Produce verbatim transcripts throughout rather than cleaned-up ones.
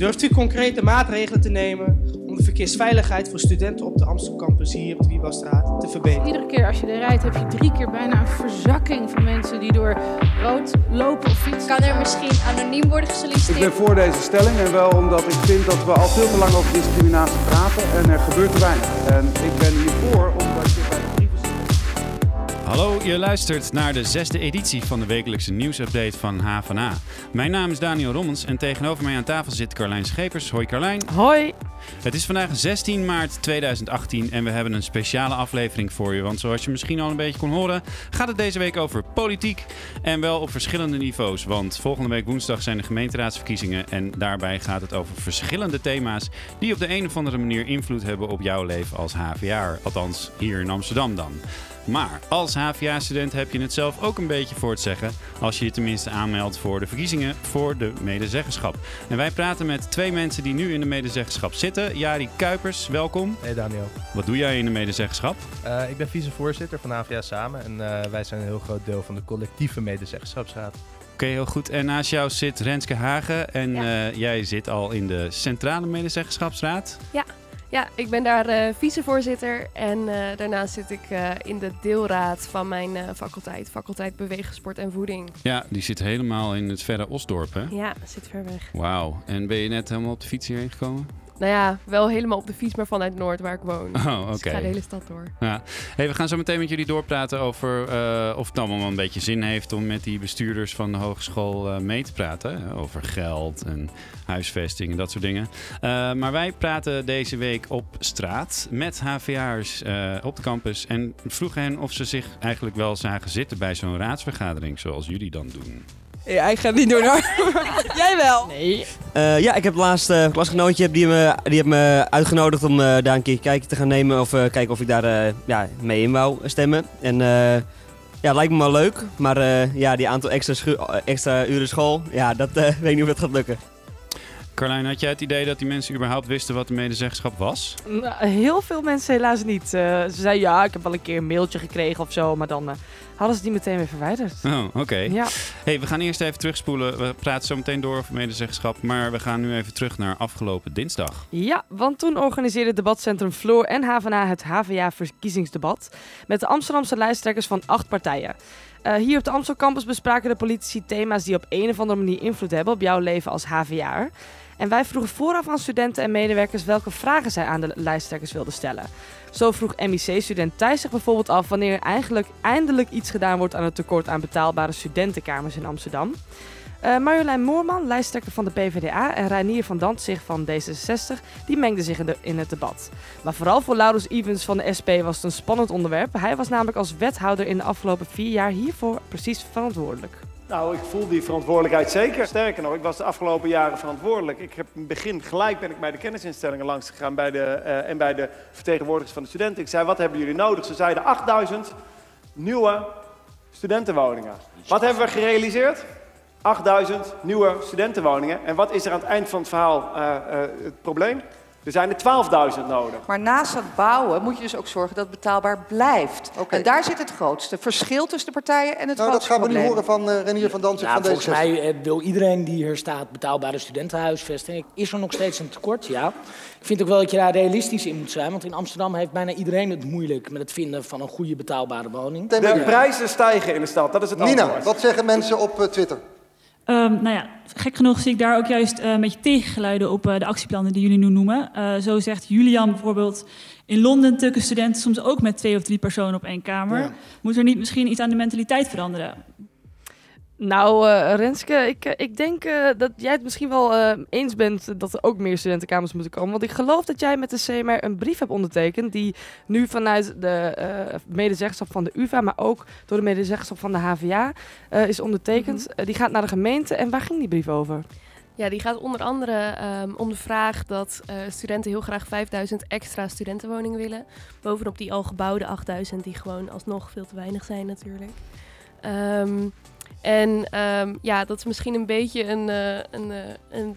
Durft u concrete maatregelen te nemen om de verkeersveiligheid voor studenten op de Amstel campus hier op de Wiebouwstraat te verbeteren? Iedere keer als je er rijdt heb je drie keer bijna een verzakking van mensen die door rood lopen of fietsen. Kan er misschien anoniem worden gesolliciteerd? Ik ben voor deze stelling en wel omdat ik vind dat we al veel te lang over discriminatie praten en er gebeurt te weinig. En ik ben hiervoor omdat je bij de brieven... Hallo, je luistert naar de zesde editie van de wekelijkse nieuwsupdate van H van A. Mijn naam is Daniel Rommens en tegenover mij aan tafel zit Carlijn Schepers. Hoi Carlijn. Hoi. Het is vandaag zestien maart tweeduizend achttien en we hebben een speciale aflevering voor je. Want zoals je misschien al een beetje kon horen, gaat het deze week over politiek. En wel op verschillende niveaus. Want volgende week woensdag zijn de gemeenteraadsverkiezingen. En daarbij gaat het over verschillende thema's die op de een of andere manier invloed hebben op jouw leven als H V A'er. Althans, hier in Amsterdam dan. Maar als H V A-student heb je het zelf ook een beetje voor het zeggen als je je tenminste aanmeldt voor de verkiezingen voor de medezeggenschap. En wij praten met twee mensen die nu in de medezeggenschap zitten. Jari Kuipers, welkom. Hey Daniel. Wat doe jij in de medezeggenschap? Uh, ik ben vicevoorzitter van H V A Samen en uh, wij zijn een heel groot deel van de collectieve medezeggenschapsraad. Oké, okay, heel goed. En naast jou zit Renske Hagen en ja. uh, jij zit al in de centrale medezeggenschapsraad. Ja. Ja, ik ben daar uh, vicevoorzitter en uh, daarnaast zit ik uh, in de deelraad van mijn uh, faculteit, faculteit Bewegen, Sport en Voeding. Ja, die zit helemaal in het verre Osdorp, hè? Ja, zit ver weg. Wauw. En ben je net helemaal op de fiets hierheen gekomen? Nou ja, wel helemaal op de fiets, maar vanuit Noord, waar ik woon. Oh, oké. Okay. Dus ik ga de hele stad door. Ja. Hey, we gaan zo meteen met jullie doorpraten over uh, of het allemaal een beetje zin heeft om met die bestuurders van de hogeschool uh, mee te praten. Hè? Over geld en huisvesting en dat soort dingen. Uh, maar wij praten deze week op straat met H V A'ers uh, op de campus en vroegen hen of ze zich eigenlijk wel zagen zitten bij zo'n raadsvergadering zoals jullie dan doen. Ja, ik ga het niet doen hoor. Jij wel? Nee. Uh, ja, ik heb laatst een uh, klasgenootje die me, die heeft me uitgenodigd om uh, daar een keer kijken te gaan nemen. Of uh, kijken of ik daar uh, ja, mee in wou stemmen. En uh, ja, lijkt me wel leuk. Maar uh, ja, die aantal extra, schu- extra uren school, ja, dat uh, weet ik niet of dat gaat lukken. Carlijn, had jij het idee dat die mensen überhaupt wisten wat de medezeggenschap was? Nou, heel veel mensen helaas niet. Uh, ze zeiden ja, ik heb wel een keer een mailtje gekregen of zo, maar dan uh, hadden ze die meteen weer verwijderd. Oh, oké. Okay. Ja. Hey, we gaan eerst even terugspoelen. We praten zo meteen door over medezeggenschap, maar we gaan nu even terug naar afgelopen dinsdag. Ja, want toen organiseerde het debatcentrum Floor en H van A het H V A-verkiezingsdebat met de Amsterdamse lijsttrekkers van acht partijen. Uh, hier op de Amstel campus bespraken de politici thema's die op een of andere manier invloed hebben op jouw leven als H V A'er. En wij vroegen vooraf aan studenten en medewerkers welke vragen zij aan de lijsttrekkers wilden stellen. Zo vroeg M I C-student Thijs zich bijvoorbeeld af wanneer er eigenlijk eindelijk iets gedaan wordt aan het tekort aan betaalbare studentenkamers in Amsterdam. Uh, Marjolein Moorman, lijsttrekker van de P V D A, en Reinier van Dantzig van D zesenzestig, die mengden zich in, de, in het debat. Maar vooral voor Laurens Evans van de S P was het een spannend onderwerp. Hij was namelijk als wethouder in de afgelopen vier jaar hiervoor precies verantwoordelijk. Nou, ik voel die verantwoordelijkheid zeker. Sterker nog, ik was de afgelopen jaren verantwoordelijk. Ik heb in het begin gelijk ben ik bij de kennisinstellingen langs gegaan bij de, uh, en bij de vertegenwoordigers van de studenten. Ik zei, wat hebben jullie nodig? Ze zeiden achtduizend nieuwe studentenwoningen. Wat hebben we gerealiseerd? achtduizend nieuwe studentenwoningen. En wat is er aan het eind van het verhaal uh, uh, het probleem? Er zijn er twaalfduizend nodig. Maar naast het bouwen moet je dus ook zorgen dat het betaalbaar blijft. Okay. En daar zit het grootste verschil tussen de partijen en het nou, grootste probleem. probleem. Dat gaan we nu horen van uh, Reinier van Dantzig nou, van D zesenzestig. Volgens mij uh, wil iedereen die hier staat betaalbare studentenhuisvesting. Is er nog steeds een tekort? Ja. Ik vind ook wel dat je daar realistisch in moet zijn. Want in Amsterdam heeft bijna iedereen het moeilijk met het vinden van een goede betaalbare woning. De ja. prijzen stijgen in de stad, dat is het antwoord. Nina, wat zeggen mensen op uh, Twitter? Um, nou ja, gek genoeg zie ik daar ook juist uh, een beetje tegengeluiden op uh, de actieplannen die jullie nu noemen. Uh, zo zegt Julian bijvoorbeeld, in Londen tukken studenten soms ook met twee of drie personen op één kamer. Ja. Moet er niet misschien iets aan de mentaliteit veranderen? Nou, uh, Renske, ik, ik denk uh, dat jij het misschien wel uh, eens bent dat er ook meer studentenkamers moeten komen. Want ik geloof dat jij met de C M R een brief hebt ondertekend die nu vanuit de uh, medezeggenschap van de U vA, maar ook door de medezeggenschap van de H V A uh, is ondertekend. Mm-hmm. Uh, die gaat naar de gemeente. En waar ging die brief over? Ja, die gaat onder andere um, om de vraag dat uh, studenten heel graag vijfduizend extra studentenwoningen willen. Bovenop die al gebouwde achtduizend die gewoon alsnog veel te weinig zijn natuurlijk. Um, En um, ja, dat is misschien een beetje een, uh, een, uh, een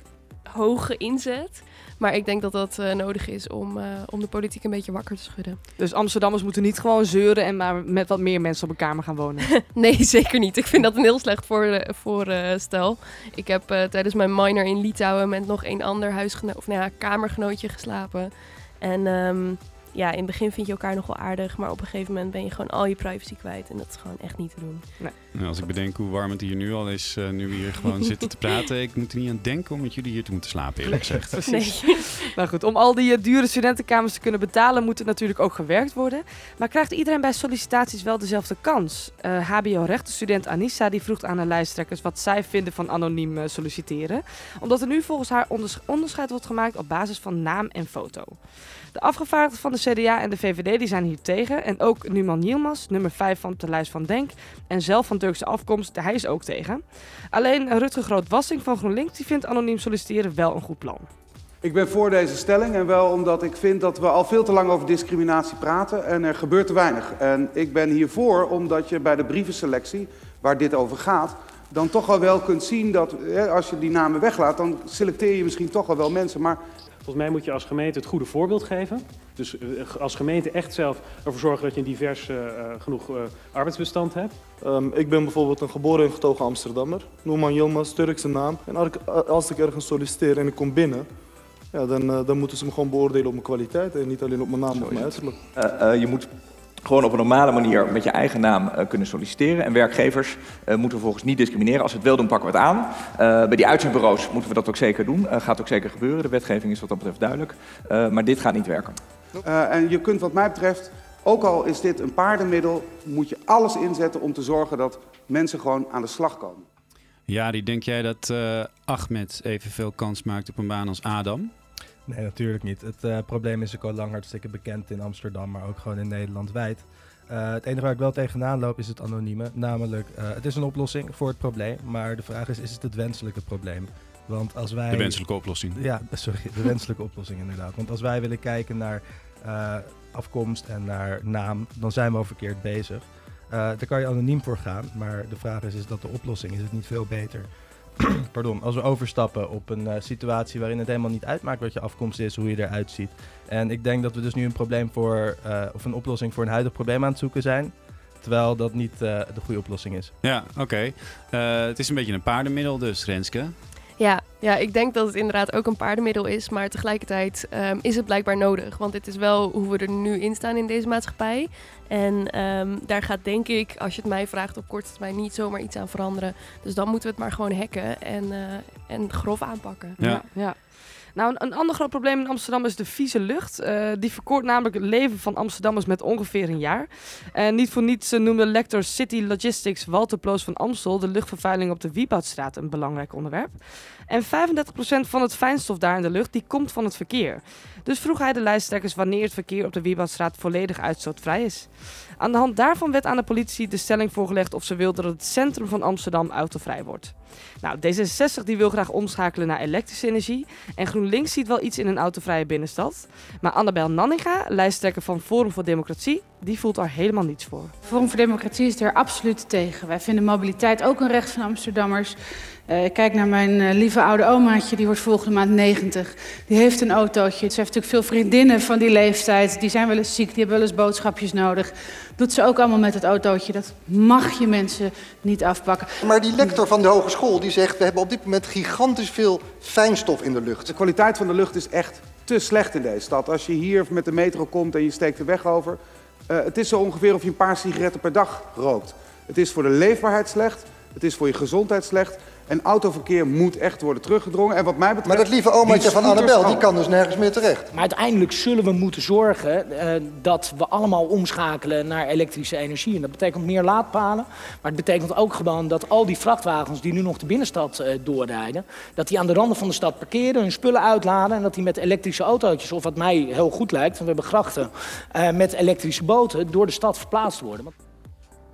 hoge inzet. Maar ik denk dat dat uh, nodig is om, uh, om de politiek een beetje wakker te schudden. Dus Amsterdammers moeten niet gewoon zeuren en maar met wat meer mensen op een kamer gaan wonen? Nee, zeker niet. Ik vind dat een heel slecht voorstel. Voor, uh, stel. Ik heb uh, tijdens mijn minor in Litouwen met nog een ander huisgeno- of, nou ja, kamergenootje geslapen. En um, ja, in het begin vind je elkaar nog wel aardig, maar op een gegeven moment ben je gewoon al je privacy kwijt. En dat is gewoon echt niet te doen. Nee. Nou, als ik bedenk hoe warm het hier nu al is, uh, nu we hier gewoon zitten te praten. Ik moet er niet aan denken om met jullie hier te moeten slapen, eerlijk gezegd. Precies. Nee. Nou goed, om al die uh, dure studentenkamers te kunnen betalen, moet er natuurlijk ook gewerkt worden. Maar krijgt iedereen bij sollicitaties wel dezelfde kans? Uh, H B O-rechtenstudent Anissa die vroeg aan de lijsttrekkers wat zij vinden van anoniem uh, solliciteren. Omdat er nu volgens haar onders- onderscheid wordt gemaakt op basis van naam en foto. De afgevaardigden van de C D A en de V V D die zijn hier tegen. En ook Numan Yilmaz, nummer vijf van de lijst van Denk. En zelf van Turkse afkomst, hij is ook tegen. Alleen Rutger Groot-Wassing van GroenLinks die vindt anoniem solliciteren wel een goed plan. Ik ben voor deze stelling en wel omdat ik vind dat we al veel te lang over discriminatie praten en er gebeurt te weinig. En ik ben hiervoor omdat je bij de brievenselectie, waar dit over gaat, dan toch al wel kunt zien dat als je die namen weglaat, dan selecteer je misschien toch al wel mensen. Maar volgens mij moet je als gemeente het goede voorbeeld geven. Dus als gemeente echt zelf ervoor zorgen dat je een divers uh, genoeg uh, arbeidsbestand hebt. Um, ik ben bijvoorbeeld een geboren en getogen Amsterdammer. Numan Yilmaz, Turkse naam. En als ik ergens solliciteer en ik kom binnen, ja, dan, uh, dan moeten ze me gewoon beoordelen op mijn kwaliteit en niet alleen op mijn naam of mijn uiterlijk. Uh, uh, je moet gewoon op een normale manier met je eigen naam uh, kunnen solliciteren. En werkgevers uh, moeten vervolgens niet discrimineren. Als we het wel doen, pakken we het aan. Uh, bij die uitzendbureaus moeten we dat ook zeker doen. Uh, gaat ook zeker gebeuren. De wetgeving is wat dat betreft duidelijk. Uh, maar dit gaat niet werken. Uh, en je kunt wat mij betreft, ook al is dit een paardenmiddel, moet je alles inzetten om te zorgen dat mensen gewoon aan de slag komen. Ja, die denk jij dat uh, Ahmed evenveel kans maakt op een baan als Adam? Nee, natuurlijk niet. Het uh, probleem is ook al lang hartstikke bekend in Amsterdam, maar ook gewoon in Nederland wijd. Uh, het enige waar ik wel tegenaan loop is het anonieme. Namelijk, uh, het is een oplossing voor het probleem, maar de vraag is, is het het wenselijke probleem? Want als wij... De wenselijke oplossing. Ja, sorry, de wenselijke oplossing inderdaad. Want als wij willen kijken naar uh, afkomst en naar naam, dan zijn we al verkeerd bezig. Uh, daar kan je anoniem voor gaan, maar de vraag is, is dat de oplossing? Is het niet veel beter? Pardon, als we overstappen op een uh, situatie waarin het helemaal niet uitmaakt wat je afkomst is, hoe je eruit ziet. En ik denk dat we dus nu een probleem voor, uh, of een oplossing voor een huidig probleem aan het zoeken zijn. Terwijl dat niet uh, de goede oplossing is. Ja, oké. Okay. Uh, het is een beetje een paardenmiddel dus, Renske. Ja, ja, ik denk dat het inderdaad ook een paardenmiddel is, maar tegelijkertijd um, is het blijkbaar nodig. Want dit is wel hoe we er nu in staan in deze maatschappij. En um, daar gaat denk ik, als je het mij vraagt, op korte termijn niet zomaar iets aan veranderen. Dus dan moeten we het maar gewoon hacken en, uh, en grof aanpakken. Ja. Ja, ja. Nou, een, een ander groot probleem in Amsterdam is de vieze lucht. Uh, die verkort namelijk het leven van Amsterdammers met ongeveer een jaar. En niet voor niets uh, noemde lector City Logistics Walter Ploos van Amstel de luchtvervuiling op de Wieboudstraat een belangrijk onderwerp. En vijfendertig procent van het fijnstof daar in de lucht die komt van het verkeer. Dus vroeg hij de lijsttrekkers wanneer het verkeer op de Wieboudstraat volledig uitstootvrij is. Aan de hand daarvan werd aan de politie de stelling voorgelegd of ze wil dat het centrum van Amsterdam autovrij wordt. Nou, D zesenzestig die wil graag omschakelen naar elektrische energie. En GroenLinks ziet wel iets in een autovrije binnenstad. Maar Annabel Nanninga, lijsttrekker van Forum voor Democratie, die voelt daar helemaal niets voor. Forum voor Democratie is er absoluut tegen. Wij vinden mobiliteit ook een recht van Amsterdammers. Uh, ik kijk naar mijn uh, lieve oude omaatje, die wordt volgende maand negentig. Die heeft een autootje. Ze heeft natuurlijk veel vriendinnen van die leeftijd. Die zijn wel eens ziek, die hebben wel eens boodschapjes nodig. Doet ze ook allemaal met het autootje. Dat mag je mensen niet afpakken. Maar die lector van de hogeschool die zegt, we hebben op dit moment gigantisch veel fijnstof in de lucht. De kwaliteit van de lucht is echt te slecht in deze stad. Als je hier met de metro komt en je steekt de weg over, uh, het is zo ongeveer of je een paar sigaretten per dag rookt. Het is voor de leefbaarheid slecht, het is voor je gezondheid slecht. En autoverkeer moet echt worden teruggedrongen. En wat mij betreft, maar dat lieve omaatje van Annabel, die kan dus nergens meer terecht. Maar uiteindelijk zullen we moeten zorgen uh, dat we allemaal omschakelen naar elektrische energie. En dat betekent meer laadpalen. Maar het betekent ook gewoon dat al die vrachtwagens die nu nog de binnenstad uh, doorrijden, dat die aan de randen van de stad parkeren, hun spullen uitladen en dat die met elektrische autootjes, of wat mij heel goed lijkt, want we hebben grachten, uh, met elektrische boten door de stad verplaatst worden.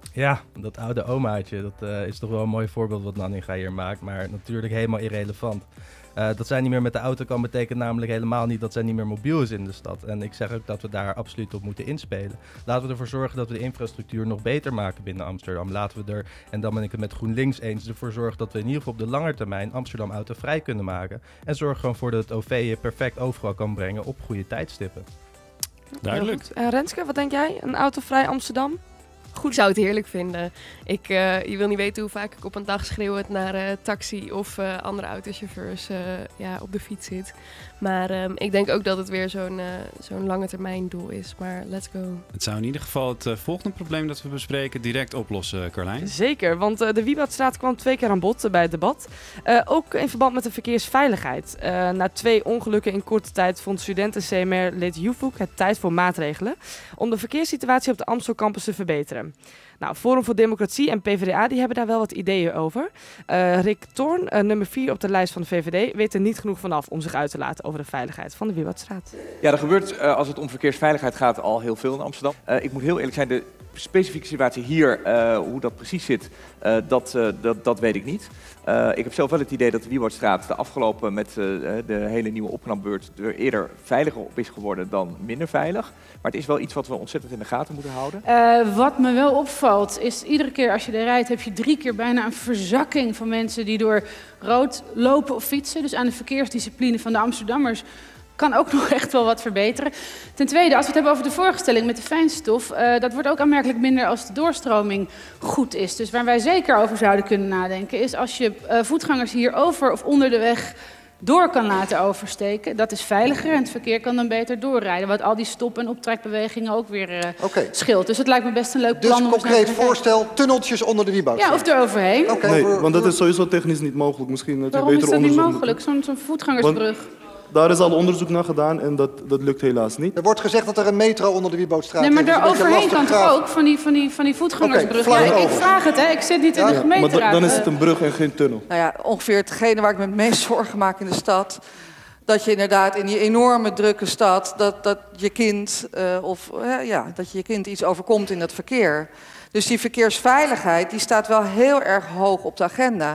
Ja, dat oude omaatje, dat uh, is toch wel een mooi voorbeeld wat Nanninga hier maakt, maar natuurlijk helemaal irrelevant. Uh, dat zij niet meer met de auto kan betekent namelijk helemaal niet dat zij niet meer mobiel is in de stad. En ik zeg ook dat we daar absoluut op moeten inspelen. Laten we ervoor zorgen dat we de infrastructuur nog beter maken binnen Amsterdam. Laten we er, en dan ben ik het met GroenLinks eens, ervoor zorgen dat we in ieder geval op de lange termijn Amsterdam autovrij kunnen maken. En zorg gewoon voor dat het O V je perfect overal kan brengen op goede tijdstippen. Duidelijk. En uh, Renske, wat denk jij? Een autovrij Amsterdam? Goed. Ik zou het heerlijk vinden. Ik, uh, je wil niet weten hoe vaak ik op een dag schreeuwend naar uh, taxi of uh, andere autochauffeurs uh, ja, op de fiets zit. Maar um, ik denk ook dat het weer zo'n uh, zo'n lange termijn doel is. Maar let's go. Het zou in ieder geval het uh, volgende probleem dat we bespreken direct oplossen, Carlijn. Zeker, want uh, de Wieboudstraat kwam twee keer aan bod uh, bij het debat. Uh, ook in verband met de verkeersveiligheid. Uh, na twee ongelukken in korte tijd vond studenten-C M R-lid Joevoek het tijd voor maatregelen om de verkeerssituatie op de Amstel campus te verbeteren. Nou, Forum voor Democratie en P v d A die hebben daar wel wat ideeën over. Uh, Rick Toorn, uh, nummer vier op de lijst van de V V D, weet er niet genoeg vanaf om zich uit te laten over de veiligheid van de Wieboudstraat. Ja, er gebeurt uh, als het om verkeersveiligheid gaat al heel veel in Amsterdam. Uh, ik moet heel eerlijk zijn, de specifieke situatie hier, uh, hoe dat precies zit, uh, dat, uh, dat, dat weet ik niet. Uh, ik heb zelf wel het idee dat de Wieboudstraat de afgelopen met uh, de hele nieuwe opknapbeurt er eerder veiliger op is geworden dan minder veilig. Maar het is wel iets wat we ontzettend in de gaten moeten houden. Uh, wat me wel opvalt is, iedere keer als je er rijdt heb je drie keer bijna een verzakking van mensen die door rood lopen of fietsen. Dus aan de verkeersdiscipline van de Amsterdammers kan ook nog echt wel wat verbeteren. Ten tweede, als we het hebben over de voorstelling met de fijnstof, uh, dat wordt ook aanmerkelijk minder als de doorstroming goed is. Dus waar wij zeker over zouden kunnen nadenken is als je uh, voetgangers hier over of onder de weg door kan laten oversteken. Dat is veiliger en het verkeer kan dan beter doorrijden. Wat al die stop- en optrekbewegingen ook weer uh, okay. scheelt. Dus het lijkt me best een leuk dus plan. Dus concreet voorstel, tunneltjes onder de Wieboudstraat. Ja, of eroverheen. Okay. Nee, want dat is sowieso technisch niet mogelijk. Misschien dat Waarom je beter is dat niet onderzoek mogelijk? Zo'n zo'n voetgangersbrug. Want daar is al onderzoek naar gedaan en dat, dat lukt helaas niet. Er wordt gezegd dat er een metro onder de Wieboudstraat nee, maar is. daar overheen kan toch ook, van die, van die, van die voetgangersbrug. Okay, ja, ik, ik vraag het, hè. Ik zit niet in de ja, gemeenteraad. Maar dan is het een brug en geen tunnel. Nou ja, ongeveer hetgene waar ik me het meest zorgen maak in de stad. Dat je inderdaad in die enorme drukke stad, dat, dat je kind uh, of uh, ja, dat je je kind iets overkomt in het verkeer. Dus die verkeersveiligheid die staat wel heel erg hoog op de agenda.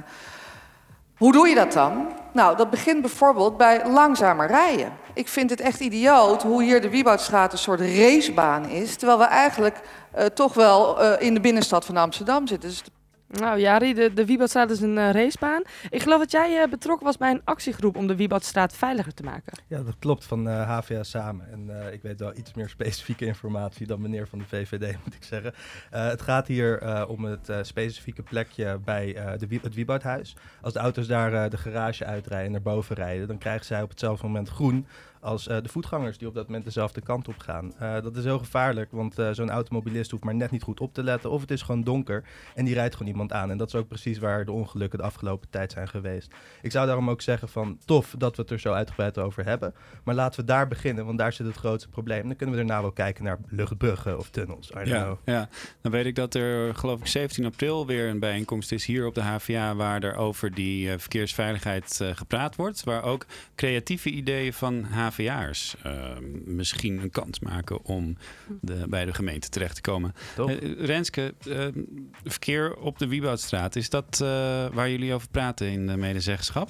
Hoe doe je dat dan? Nou, dat begint bijvoorbeeld bij langzamer rijden. Ik vind het echt idioot hoe hier de Wieboudstraat een soort racebaan is, terwijl we eigenlijk uh, toch wel uh, in de binnenstad van Amsterdam zitten. Dus nou, Jari, de, de Wieboudstraat is een uh, racebaan. Ik geloof dat jij uh, betrokken was bij een actiegroep om de Wieboudstraat veiliger te maken. Ja, dat klopt, van uh, H V A Samen. En uh, ik weet wel iets meer specifieke informatie dan meneer van de V V D, moet ik zeggen. Uh, het gaat hier uh, om het uh, specifieke plekje bij uh, de Wie- het Wieboudhuis. Als de auto's daar uh, de garage uitrijden en naar boven rijden, dan krijgen zij op hetzelfde moment groen als uh, de voetgangers die op dat moment dezelfde kant op gaan. Uh, dat is heel gevaarlijk, want uh, zo'n automobilist hoeft maar net niet goed op te letten. Of het is gewoon donker en die rijdt gewoon iemand aan. En dat is ook precies waar de ongelukken de afgelopen tijd zijn geweest. Ik zou daarom ook zeggen van tof dat we het er zo uitgebreid over hebben. Maar laten we daar beginnen, want daar zit het grootste probleem. Dan kunnen we daarna wel kijken naar luchtbruggen of tunnels. I don't ja, know. ja, dan weet ik dat er geloof ik zeventien april weer een bijeenkomst is hier op de H V A waar er over die uh, verkeersveiligheid uh, gepraat wordt. Waar ook creatieve ideeën van H V A'ers uh, misschien een kans maken om de, bij de gemeente terecht te komen. Uh, Renske, uh, verkeer op de Wieboudstraat, is dat uh, waar jullie over praten in de medezeggenschap?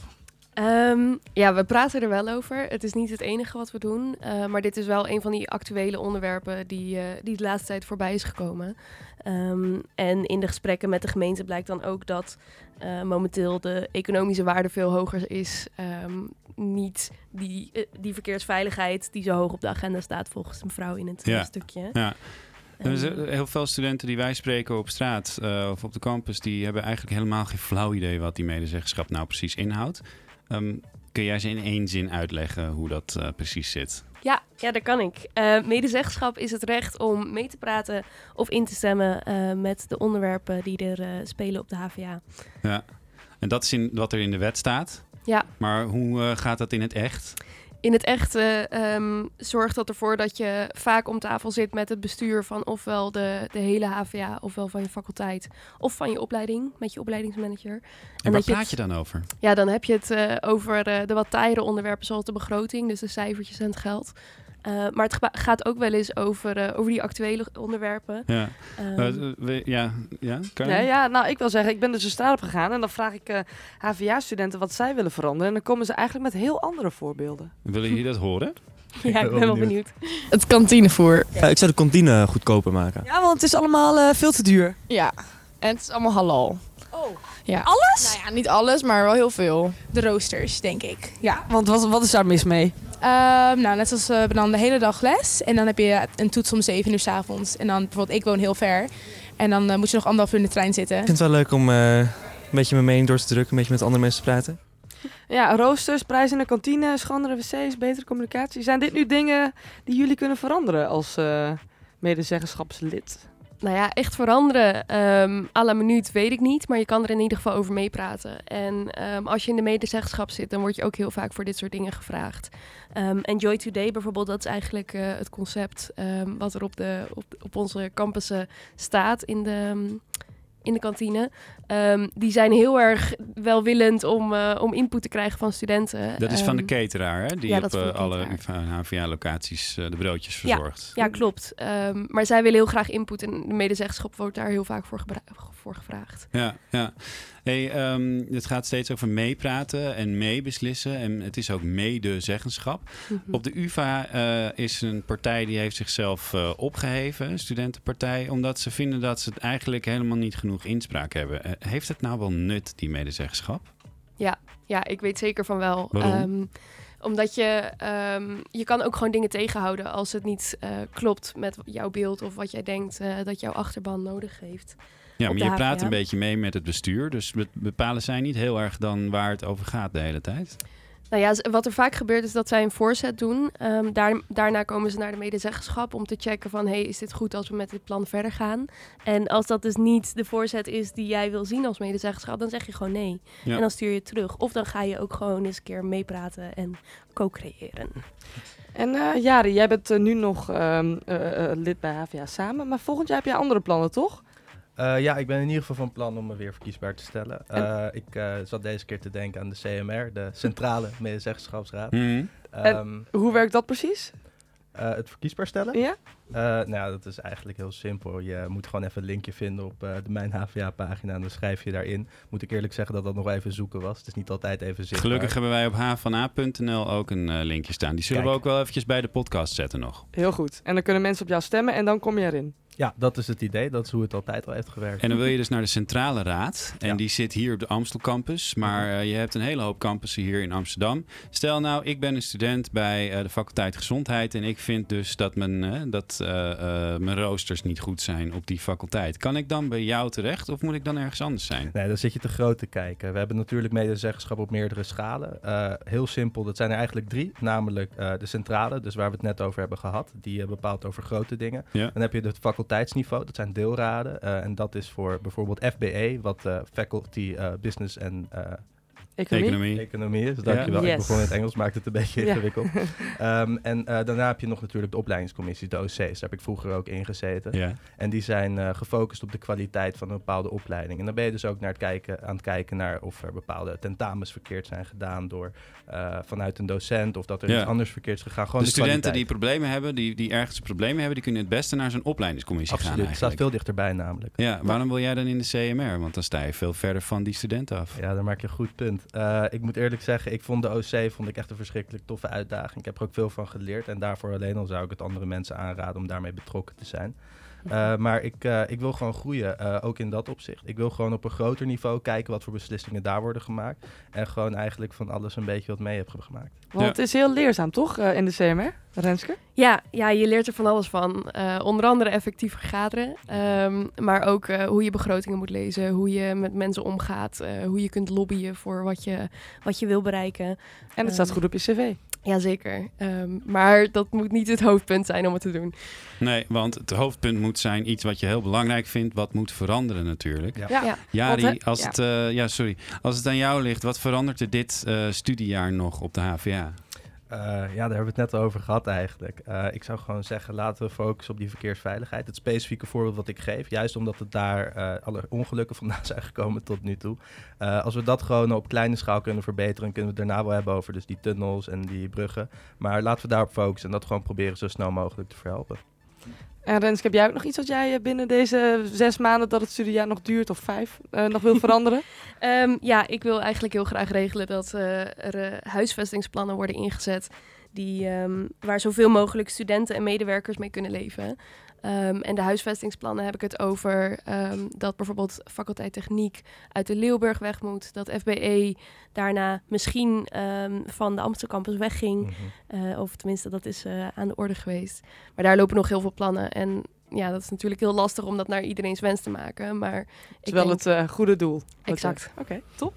Um, ja, we praten er wel over. Het is niet het enige wat we doen. Uh, maar dit is wel een van die actuele onderwerpen die, uh, die de laatste tijd voorbij is gekomen. Um, en in de gesprekken met de gemeente blijkt dan ook dat uh, momenteel de economische waarde veel hoger is. Um, niet die, uh, die verkeersveiligheid die zo hoog op de agenda staat volgens mevrouw in het ja. stukje. Ja. Er zijn heel veel studenten die wij spreken op straat uh, of op de campus, die hebben eigenlijk helemaal geen flauw idee wat die medezeggenschap nou precies inhoudt. Um, kun jij ze in één zin uitleggen hoe dat uh, precies zit? Ja, ja, dat kan ik. Uh, medezeggenschap is het recht om mee te praten of in te stemmen uh, met de onderwerpen die er uh, spelen op de H V A. Ja, en dat is in, wat er in de wet staat. Ja. Maar hoe uh, gaat dat in het echt? In het echt uh, um, zorgt dat ervoor dat je vaak om tafel zit met het bestuur van ofwel de, de hele H V A, ofwel van je faculteit, of van je opleiding, met je opleidingsmanager. En, en waar dat je praat het, je dan over? Ja, dan heb je het uh, over uh, de wat taaiere onderwerpen zoals de begroting, dus de cijfertjes en het geld. Uh, maar het geba- gaat ook wel eens over, uh, over die actuele onderwerpen. Ja, Um, uh, we, ja, ja kan je? Nee, ja, nou, ik wil zeggen, ik ben dus de straat op gegaan en dan vraag ik uh, H V A-studenten wat zij willen veranderen. En dan komen ze eigenlijk met heel andere voorbeelden. Willen jullie dat horen? Ja, ik ben wel benieuwd. Het kantinevoer. Ja, ik zou de kantine goedkoper maken. Ja, want het is allemaal uh, veel te duur. Ja, en het is allemaal halal. Oh, ja. alles? Nou ja, niet alles, maar wel heel veel. De roosters, denk ik. Ja. Want wat, wat is daar mis mee? Uh, nou, net zoals we hebben dan de hele dag les. En dan heb je een toets om zeven uur 's avonds. En dan bijvoorbeeld, ik woon heel ver. En dan uh, moet je nog anderhalf uur in de trein zitten. Ik vind het wel leuk om uh, een beetje mijn mening door te drukken, een beetje met andere mensen te praten. Ja, roosters, prijzen in de kantine, schonere wc's, betere communicatie. Zijn dit nu dingen die jullie kunnen veranderen als uh, medezeggenschapslid? Nou ja, echt veranderen um, à la minuut weet ik niet, maar je kan er in ieder geval over meepraten. En um, als je in de medezeggenschap zit, dan word je ook heel vaak voor dit soort dingen gevraagd. Um, en Joy Today bijvoorbeeld, dat is eigenlijk uh, het concept um, wat er op, de, op, op onze campussen staat in de... Um, in de kantine. Um, die zijn heel erg welwillend om, uh, om input te krijgen van studenten. Dat is van de Um, cateraar, hè? Die ja, op dat is van uh, de alle cateraar. H V A-locaties uh, de broodjes verzorgt. Ja, ja klopt. Um, maar zij willen heel graag input en de medezeggenschap wordt daar heel vaak voor, gebra- voor gevraagd. Ja, ja. Hey, um, het gaat steeds over meepraten en meebeslissen. En het is ook medezeggenschap. Mhm. Op de U vA uh, is een partij die heeft zichzelf uh, opgeheven, een studentenpartij, omdat ze vinden dat ze het eigenlijk helemaal niet genoeg inspraak hebben. Uh, heeft het nou wel nut, die medezeggenschap? Ja, ja, ik weet zeker van wel. Waarom? Um, omdat je, um, je kan ook gewoon dingen tegenhouden als het niet uh, klopt met jouw beeld of wat jij denkt uh, dat jouw achterban nodig heeft. Ja, op maar de je H V A. praat een beetje mee met het bestuur. Dus be- bepalen zij niet heel erg dan waar het over gaat de hele tijd? Nou ja, z- wat er vaak gebeurt is dat zij een voorzet doen. Um, daar, daarna komen ze naar de medezeggenschap om te checken van... hey, is dit goed als we met dit plan verder gaan? En als dat dus niet de voorzet is die jij wil zien als medezeggenschap... dan zeg je gewoon nee. Ja. En dan stuur je het terug. Of dan ga je ook gewoon eens een keer meepraten en co-creëren. En uh, Jari, jij bent uh, nu nog um, uh, uh, lid bij H V A Samen. Maar volgend jaar heb jij andere plannen, toch? Uh, ja, ik ben in ieder geval van plan om me weer verkiesbaar te stellen. Uh, ik uh, zat deze keer te denken aan de C M R, de Centrale Medezeggenschapsraad. Mm. Um, hoe werkt dat precies? Uh, het verkiesbaar stellen? Ja? Uh, nou ja, dat is eigenlijk heel simpel. Je moet gewoon even een linkje vinden op uh, de Mijn H V A-pagina en dan schrijf je daarin. Moet ik eerlijk zeggen dat dat nog even zoeken was. Het is niet altijd even zichtbaar. Gelukkig hebben wij op h van a punt n l ook een uh, linkje staan. Die zullen Kijk. we ook wel eventjes bij de podcast zetten nog. Heel goed. En dan kunnen mensen op jou stemmen en dan kom je erin. Ja, dat is het idee. Dat is hoe het altijd al heeft gewerkt. En dan wil je dus naar de Centrale Raad. En Ja. die zit hier op de Amstel campus. Maar uh, je hebt een hele hoop campussen hier in Amsterdam. Stel nou, ik ben een student bij uh, de faculteit Gezondheid. En ik vind dus dat, mijn, uh, dat uh, uh, mijn roosters niet goed zijn op die faculteit. Kan ik dan bij jou terecht of moet ik dan ergens anders zijn? Nee, dan zit je te groot te kijken. We hebben natuurlijk medezeggenschap op meerdere schalen. Uh, heel simpel, dat zijn er eigenlijk drie. Namelijk uh, de centrale, dus waar we het net over hebben gehad. Die uh, bepaalt over grote dingen. Ja. Dan heb je het faculteitsniveau, dat zijn deelraden. Uh, en dat is voor bijvoorbeeld F B E, wat uh, Faculty uh, Business en... Uh, Economie. Economie. Economie is, dankjewel. Ja. Ik Yes. begon in het Engels, maakt het een beetje Ja. ingewikkeld. um, en uh, daarna heb je nog natuurlijk de opleidingscommissies, de O C's. Daar heb ik vroeger ook in gezeten. Ja. En die zijn uh, gefocust op de kwaliteit van een bepaalde opleiding. En dan ben je dus ook naar het kijken, aan het kijken naar of er bepaalde tentamens verkeerd zijn gedaan door, uh, vanuit een docent. Of dat er Ja. iets anders verkeerd is gegaan. Gewoon De de studenten die kwaliteit. problemen hebben, die, die ergens problemen hebben, die kunnen het beste naar zo'n opleidingscommissie Absoluut, gaan het staat eigenlijk. veel dichterbij namelijk. Ja, waarom wil jij dan in de C M R? Want dan sta je veel verder van die studenten af. Ja, daar maak je een goed punt. Uh, ik moet eerlijk zeggen, ik vond de O C vond ik echt een verschrikkelijk toffe uitdaging. Ik heb er ook veel van geleerd en daarvoor alleen al zou ik het andere mensen aanraden om daarmee betrokken te zijn. Uh, maar ik, uh, ik wil gewoon groeien, uh, ook in dat opzicht. Ik wil gewoon op een groter niveau kijken wat voor beslissingen daar worden gemaakt. En gewoon eigenlijk van alles een beetje wat mee heb gemaakt. Want Ja. het is heel leerzaam, toch, uh, in de C M R, Renske? Ja, ja, je leert er van alles van. Uh, onder andere effectief vergaderen. Um, maar ook uh, hoe je begrotingen moet lezen. Hoe je met mensen omgaat. Uh, hoe je kunt lobbyen voor wat je, wat je wil bereiken. En het staat Um, goed op je cv. Jazeker. Um, maar dat moet niet het hoofdpunt zijn om het te doen. Nee, want het hoofdpunt moet zijn iets wat je heel belangrijk vindt, wat moet veranderen natuurlijk. Ja. Ja. Ja. Jari, Want, hè, als, ja. Het, uh, ja, sorry. als het aan jou ligt, wat verandert er dit uh, studiejaar nog op de H V A? Uh, ja, daar hebben we het net over gehad eigenlijk. Uh, ik zou gewoon zeggen, laten we focussen op die verkeersveiligheid. Het specifieke voorbeeld wat ik geef, juist omdat het daar uh, alle ongelukken vandaan zijn gekomen tot nu toe. Uh, als we dat gewoon op kleine schaal kunnen verbeteren, kunnen we het daarna wel hebben over dus die tunnels en die bruggen. Maar laten we daarop focussen en dat gewoon proberen zo snel mogelijk te verhelpen. En Renske, heb jij ook nog iets wat jij binnen deze zes maanden dat het studiejaar nog duurt, of vijf, uh, nog wil veranderen? um, ja, ik wil eigenlijk heel graag regelen dat uh, er uh, huisvestingsplannen worden ingezet die, um, waar zoveel mogelijk studenten en medewerkers mee kunnen leven. Um, en de huisvestingsplannen heb ik het over um, dat bijvoorbeeld faculteit techniek uit de Leeuwburg weg moet. Dat F B E daarna misschien um, van de Amsterdam campus wegging. Mm-hmm. Uh, of tenminste, dat is uh, aan de orde geweest. Maar daar lopen nog heel veel plannen. En ja, dat is natuurlijk heel lastig om dat naar iedereen's wens te maken. Maar het is wel denk... het uh, goede doel. Exact. Oké, okay, top.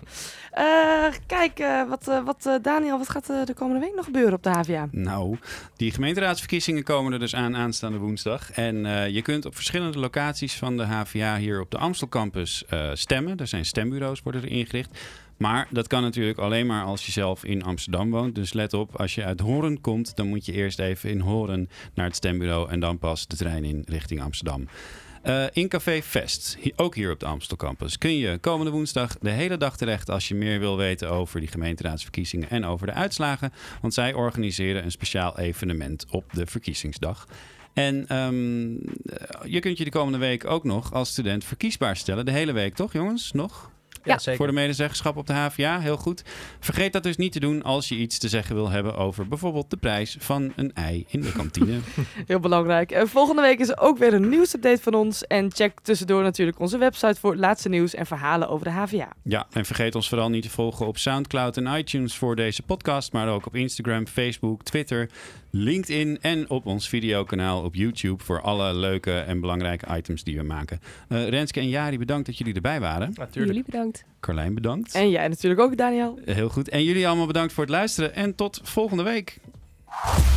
Uh, kijk, uh, wat, uh, wat uh, Daniel, wat gaat uh, de komende week nog gebeuren op de H V A? Nou, die gemeenteraadsverkiezingen komen er dus aan aanstaande woensdag. En uh, je kunt op verschillende locaties van de H V A hier op de Amstel campus uh, stemmen. Er zijn stembureaus worden er ingericht. Maar dat kan natuurlijk alleen maar als je zelf in Amsterdam woont. Dus let op, als je uit Hoorn komt, dan moet je eerst even in Hoorn naar het stembureau en dan pas de trein in richting Amsterdam. Uh, in Café Vest, ook hier op de Amstel campus, kun je komende woensdag de hele dag terecht als je meer wil weten over die gemeenteraadsverkiezingen en over de uitslagen. Want zij organiseren een speciaal evenement op de verkiezingsdag. En um, je kunt je de komende week ook nog als student verkiesbaar stellen. De hele week, toch jongens? Nog? Ja, zeker. Voor de medezeggenschap op de H V A, heel goed. Vergeet dat dus niet te doen als je iets te zeggen wil hebben over bijvoorbeeld de prijs van een ei in de kantine. Heel belangrijk. En volgende week is er ook weer een nieuwsupdate van ons. En check tussendoor natuurlijk onze website voor het laatste nieuws en verhalen over de H V A. Ja, en vergeet ons vooral niet te volgen op Soundcloud en iTunes voor deze podcast, maar ook op Instagram, Facebook, Twitter, LinkedIn en op ons videokanaal op YouTube voor alle leuke en belangrijke items die we maken. Uh, Renske en Jari, bedankt dat jullie erbij waren. Natuurlijk. Jullie bedankt. Carlijn, bedankt. En jij natuurlijk ook, Daniel. Heel goed. En jullie allemaal bedankt voor het luisteren en tot volgende week.